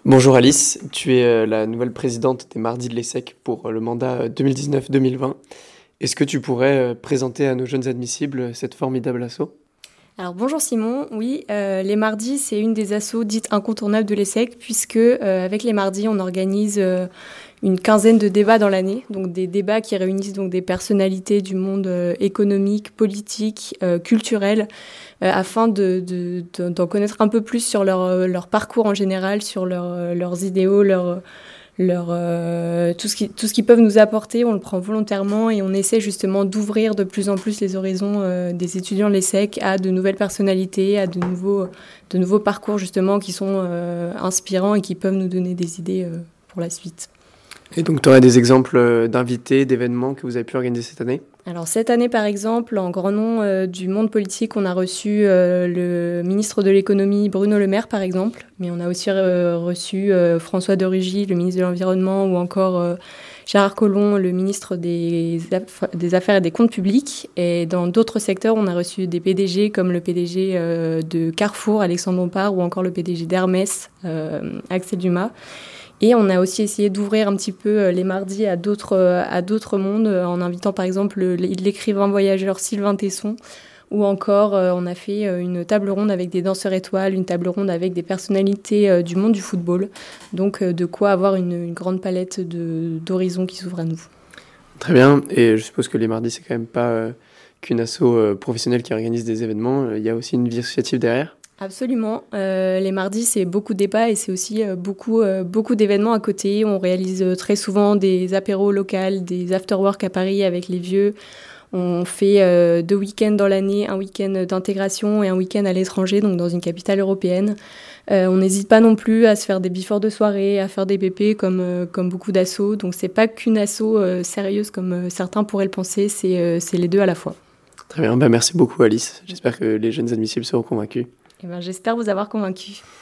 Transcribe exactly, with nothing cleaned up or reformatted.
Bonjour Alice, tu es euh, la nouvelle présidente des Mardis de l'ESSEC pour euh, le mandat euh, deux mille dix-neuf deux mille vingt. Est-ce que tu pourrais euh, présenter à nos jeunes admissibles euh, cette formidable asso? Alors bonjour Simon, oui, euh, les mardis c'est une des assos dites incontournables de l'ESSEC puisque euh, avec les mardis on organise euh, une quinzaine de débats dans l'année, donc des débats qui réunissent donc des personnalités du monde euh, économique, politique, euh, culturel, euh, afin de, de, de- d'en connaître un peu plus sur leur, euh, leur parcours en général, sur leur, euh, leurs idéaux, leur, leur, euh, tout ce qui, tout ce qu'ils peuvent nous apporter, on le prend volontairement et on essaie justement d'ouvrir de plus en plus les horizons euh, des étudiants de l'ESSEC à de nouvelles personnalités, à de nouveaux, de nouveaux parcours justement qui sont euh, inspirants et qui peuvent nous donner des idées euh, pour la suite. Et donc tu aurais des exemples euh, d'invités, d'événements que vous avez pu organiser cette année? Alors cette année, par exemple, en grand nom euh, du monde politique, on a reçu euh, le ministre de l'économie Bruno Le Maire, par exemple, mais on a aussi euh, reçu euh, François de Rugy, le ministre de l'Environnement, ou encore euh, Gérard Collomb, le ministre des, Aff- des Affaires et des Comptes publics. Et dans d'autres secteurs, on a reçu des P D G comme le P D G euh, de Carrefour, Alexandre Bompard, ou encore le P D G d'Hermès, euh, Axel Dumas. Et on a aussi essayé d'ouvrir un petit peu euh, les mardis à d'autres, euh, à d'autres mondes, euh, en invitant par exemple le- l'écrivain voyageur Sylvain Tesson, ou encore euh, on a fait euh, une table ronde avec des danseurs étoiles, une table ronde avec des personnalités euh, du monde du football. Donc euh, de quoi avoir une, une grande palette de, d'horizons qui s'ouvre à nous. Très bien, et je suppose que les mardis c'est quand même pas euh, qu'une asso euh, professionnelle qui organise des événements, euh, il y a aussi une vie associative derrière. Absolument. Euh, les mardis, c'est beaucoup de débats et c'est aussi euh, beaucoup, euh, beaucoup d'événements à côté. On réalise euh, très souvent des apéros locaux, des after-work à Paris avec les vieux. On fait euh, deux week-ends dans l'année, un week-end d'intégration et un week-end à l'étranger, donc dans une capitale européenne. Euh, on n'hésite pas non plus à se faire des before de soirée, à faire des B P comme, euh, comme beaucoup d'assos. Donc c'est pas qu'une asso euh, sérieuse comme euh, certains pourraient le penser, c'est euh, c'est les deux à la fois. Très bien, bah merci beaucoup Alice, j'espère que les jeunes admissibles seront convaincus. Et ben, j'espère vous avoir convaincu.